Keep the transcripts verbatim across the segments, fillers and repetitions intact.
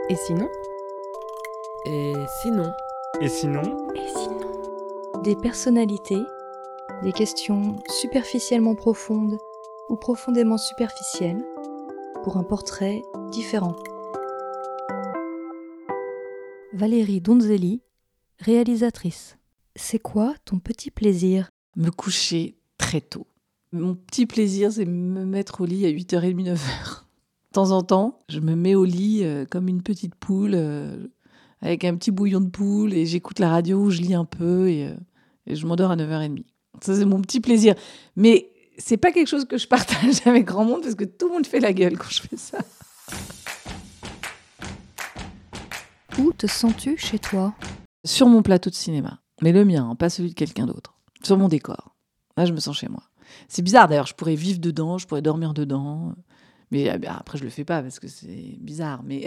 Et sinon Et sinon Et sinon Et sinon Des personnalités, des questions superficiellement profondes ou profondément superficielles, pour un portrait différent. Valérie Donzelli, réalisatrice. C'est quoi ton petit plaisir ? Me coucher très tôt. Mon petit plaisir, c'est me mettre au lit à huit heures trente, neuf heures. De temps en temps, je me mets au lit euh, comme une petite poule, euh, avec un petit bouillon de poule, et j'écoute la radio, je lis un peu, et, euh, et je m'endors à neuf heures trente. Ça, c'est mon petit plaisir. Mais c'est pas quelque chose que je partage avec grand monde, parce que tout le monde fait la gueule quand je fais ça. Où te sens-tu chez toi ? Sur mon plateau de cinéma. Mais le mien, hein, pas celui de quelqu'un d'autre. Sur mon décor. Là, je me sens chez moi. C'est bizarre, d'ailleurs, je pourrais vivre dedans, je pourrais dormir dedans. Mais après, je le fais pas parce que c'est bizarre. Mais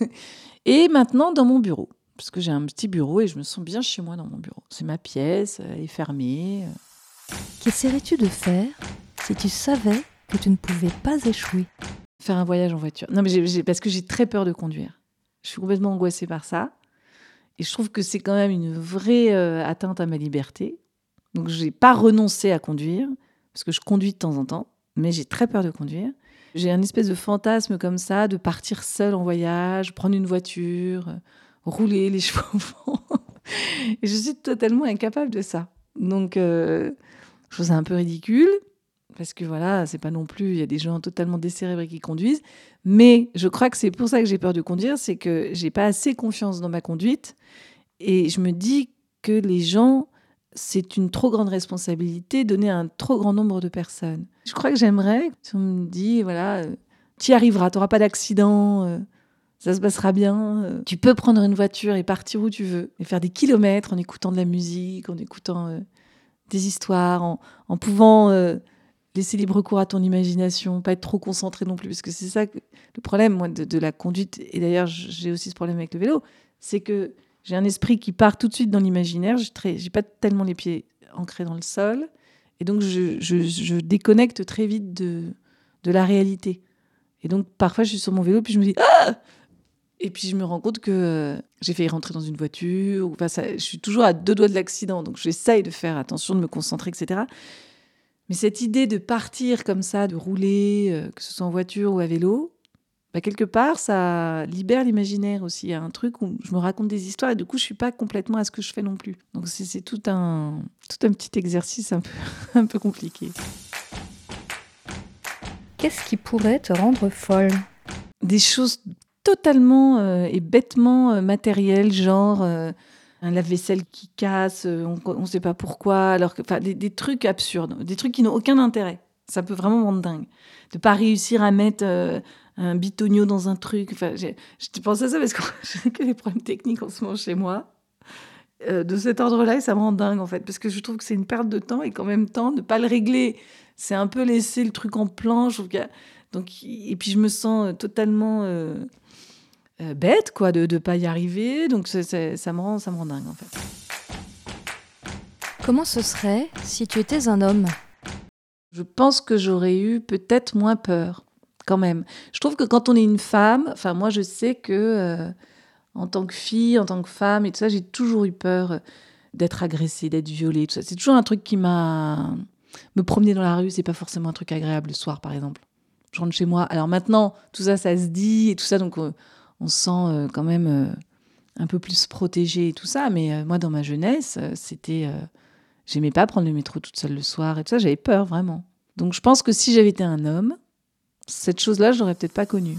et maintenant, dans mon bureau. Parce que j'ai un petit bureau et je me sens bien chez moi dans mon bureau. C'est ma pièce, elle est fermée. Qu'essaierais-tu de faire si tu savais que tu ne pouvais pas échouer ? Faire un voyage en voiture. Non, mais j'ai, j'ai, parce que j'ai très peur de conduire. Je suis complètement angoissée par ça. Et je trouve que c'est quand même une vraie euh, atteinte à ma liberté. Donc, je n'ai pas renoncé à conduire, parce que je conduis de temps en temps, mais j'ai très peur de conduire. J'ai un espèce de fantasme comme ça, de partir seule en voyage, prendre une voiture, euh, rouler les chevaux au vent. Et je suis totalement incapable de ça. Donc, euh, je trouve ça un peu ridicule, parce que voilà, c'est pas non plus... Il y a des gens totalement décérébrés qui conduisent. Mais je crois que c'est pour ça que j'ai peur de conduire, c'est que j'ai pas assez confiance dans ma conduite. Et je me dis que les gens... c'est une trop grande responsabilité donnée à un trop grand nombre de personnes. Je crois que j'aimerais, si on me dit, voilà, euh, tu y arriveras, tu n'auras pas d'accident, euh, ça se passera bien, euh, tu peux prendre une voiture et partir où tu veux, et faire des kilomètres en écoutant de la musique, en écoutant euh, des histoires, en, en pouvant euh, laisser libre cours à ton imagination, pas être trop concentré non plus, parce que c'est ça que, le problème moi, de, de la conduite, et d'ailleurs j'ai aussi ce problème avec le vélo, c'est que j'ai un esprit qui part tout de suite dans l'imaginaire. Je n'ai pas tellement les pieds ancrés dans le sol. Et donc, je, je, je déconnecte très vite de, de la réalité. Et donc, parfois, je suis sur mon vélo, puis je me dis « Ah !» Et puis, je me rends compte que euh, j'ai failli rentrer dans une voiture. Ou, enfin, ça, je suis toujours à deux doigts de l'accident. Donc, j'essaye de faire attention, de me concentrer, et cetera. Mais cette idée de partir comme ça, de rouler, euh, que ce soit en voiture ou à vélo, bah, quelque part, ça libère l'imaginaire aussi. Il y a un truc où je me raconte des histoires et du coup, je ne suis pas complètement à ce que je fais non plus. Donc, c'est, c'est tout, un, tout un petit exercice un peu, un peu compliqué. Qu'est-ce qui pourrait te rendre folle ? Des choses totalement euh, et bêtement euh, matérielles, genre euh, un lave-vaisselle qui casse, euh, on ne sait pas pourquoi, alors que, des, des trucs absurdes, des trucs qui n'ont aucun intérêt. Ça peut vraiment me rendre dingue. De ne pas réussir à mettre... Euh, un bitonio dans un truc. Enfin, j'ai, je pense à ça parce que j'ai que des problèmes techniques en ce moment chez moi. Euh, de cet ordre-là, et ça me rend dingue, en fait. Parce que je trouve que c'est une perte de temps et qu'en même temps, ne pas le régler, c'est un peu laisser le truc en plan. Je trouve qu'il y a... Donc, et puis, je me sens totalement euh, euh, bête, quoi, de ne pas y arriver. Donc, c'est, c'est, ça, me rend, ça me rend dingue, en fait. Comment ce serait si tu étais un homme ? Je pense que j'aurais eu peut-être moins peur. Quand même. Je trouve que quand on est une femme, enfin moi je sais que euh, en tant que fille, en tant que femme et tout ça, j'ai toujours eu peur d'être agressée, d'être violée, tout ça. C'est toujours un truc qui m'a... Me promener dans la rue, c'est pas forcément un truc agréable le soir, par exemple. Je rentre chez moi. Alors maintenant, tout ça, ça se dit et tout ça, donc euh, on se sent euh, quand même euh, un peu plus protégé et tout ça. Mais euh, moi, dans ma jeunesse, euh, c'était... Euh, j'aimais pas prendre le métro toute seule le soir et tout ça. J'avais peur, vraiment. Donc je pense que si j'avais été un homme, cette chose-là, je l'aurais peut-être pas connue.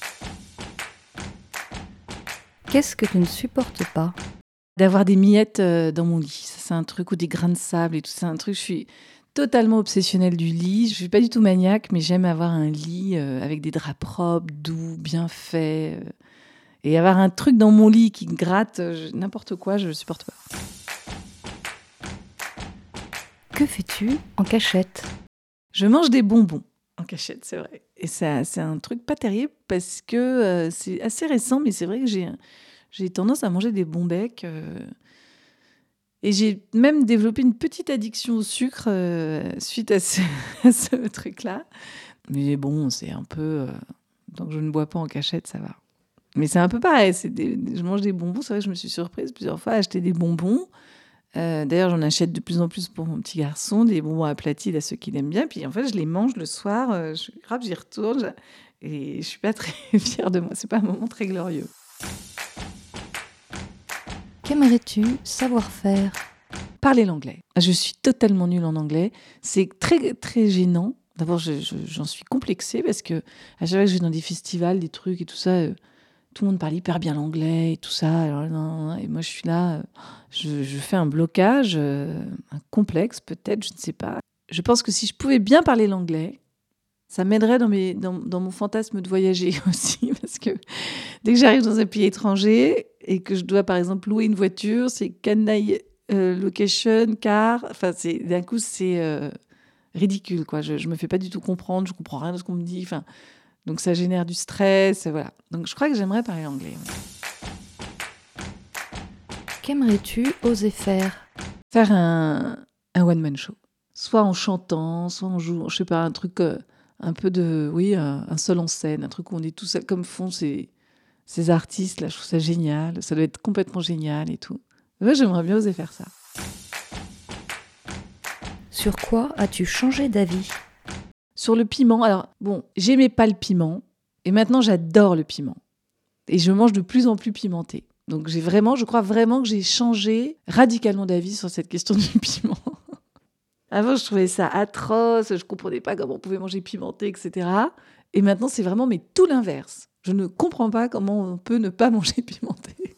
Qu'est-ce que tu ne supportes pas ? D'avoir des miettes euh, dans mon lit. Ça, c'est un truc, ou des grains de sable et tout. C'est un truc, je suis totalement obsessionnelle du lit. Je suis pas du tout maniaque, mais j'aime avoir un lit euh, avec des draps propres, doux, bien faits. Euh, et avoir un truc dans mon lit qui gratte, euh, je, n'importe quoi, je ne supporte pas. Que fais-tu en cachette ? Je mange des bonbons. En cachette, c'est vrai. Et ça, c'est un truc pas terrible parce que euh, c'est assez récent, mais c'est vrai que j'ai, j'ai tendance à manger des bons becs. Euh, et j'ai même développé une petite addiction au sucre euh, suite à ce, à ce truc-là. Mais bon, c'est un peu... Euh, tant que je ne bois pas en cachette, ça va. Mais c'est un peu pareil. C'est des- je mange des bonbons. C'est vrai que je me suis surprise plusieurs fois à acheter des bonbons. Euh, d'ailleurs, j'en achète de plus en plus pour mon petit garçon, des bonbons aplatis à ceux qui l'aiment bien. Puis en fait, je les mange le soir. Euh, je, grave, j'y retourne. je- et je suis pas très fière de moi. C'est pas un moment très glorieux. Qu'aimerais-tu savoir faire? Parler l'anglais. Je suis totalement nulle en anglais. C'est très, très gênant. D'abord, je- je- j'en suis complexée parce que à chaque fois que je vais dans des festivals, des trucs et tout ça, euh, tout le monde parle hyper bien l'anglais et tout ça. Alors, non, non, non. Et moi, je suis là, euh, je, je fais un blocage, euh, un complexe peut-être, je ne sais pas. Je pense que si je pouvais bien parler l'anglais, ça m'aiderait dans, mes, dans, dans mon fantasme de voyager aussi. Parce que dès que j'arrive dans un pays étranger et que je dois, par exemple, louer une voiture, c'est can I euh, location, car. Enfin, c'est, d'un coup, c'est euh, ridicule, quoi. Je ne me fais pas du tout comprendre, je ne comprends rien de ce qu'on me dit. Enfin, donc, ça génère du stress. Voilà. Donc, je crois que j'aimerais parler anglais. Ouais. Qu'aimerais-tu oser faire? Faire un, un one-man show. Soit en chantant, soit en jouant, je sais pas, un truc, euh, un peu de. Oui, un, un seul en scène, un truc où on est tout seul, comme font ces, ces artistes, là, je trouve ça génial. Ça doit être complètement génial et tout. Ouais, j'aimerais bien oser faire ça. Sur quoi as-tu changé d'avis? Sur le piment, alors, bon, j'aimais pas le piment, et maintenant j'adore le piment. Et je mange de plus en plus pimenté. Donc j'ai vraiment, je crois vraiment que j'ai changé radicalement d'avis sur cette question du piment. Avant, je trouvais ça atroce, je comprenais pas comment on pouvait manger pimenté, et cetera. Et maintenant, c'est vraiment mais tout l'inverse. Je ne comprends pas comment on peut ne pas manger pimenté.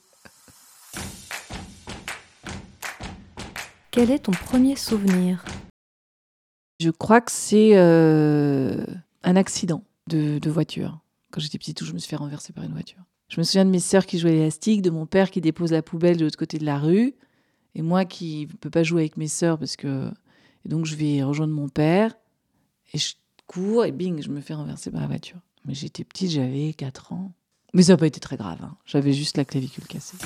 Quel est ton premier souvenir? Je crois que c'est euh, un accident de, de voiture. Quand j'étais petite, où je me suis fait renverser par une voiture. Je me souviens de mes sœurs qui jouaient à l'élastique, de mon père qui dépose la poubelle de l'autre côté de la rue, et moi qui ne peux pas jouer avec mes sœurs parce que... Et donc, je vais rejoindre mon père, et je cours, et bing, je me fais renverser par la voiture. Mais j'étais petite, j'avais quatre ans. Mais ça n'a pas été très grave, hein. J'avais juste la clavicule cassée.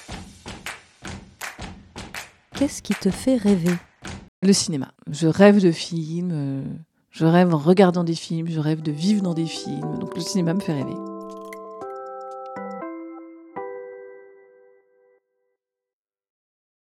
Qu'est-ce qui te fait rêver? Le cinéma. Je rêve de films, euh, je rêve en regardant des films, je rêve de vivre dans des films. Donc le cinéma me fait rêver.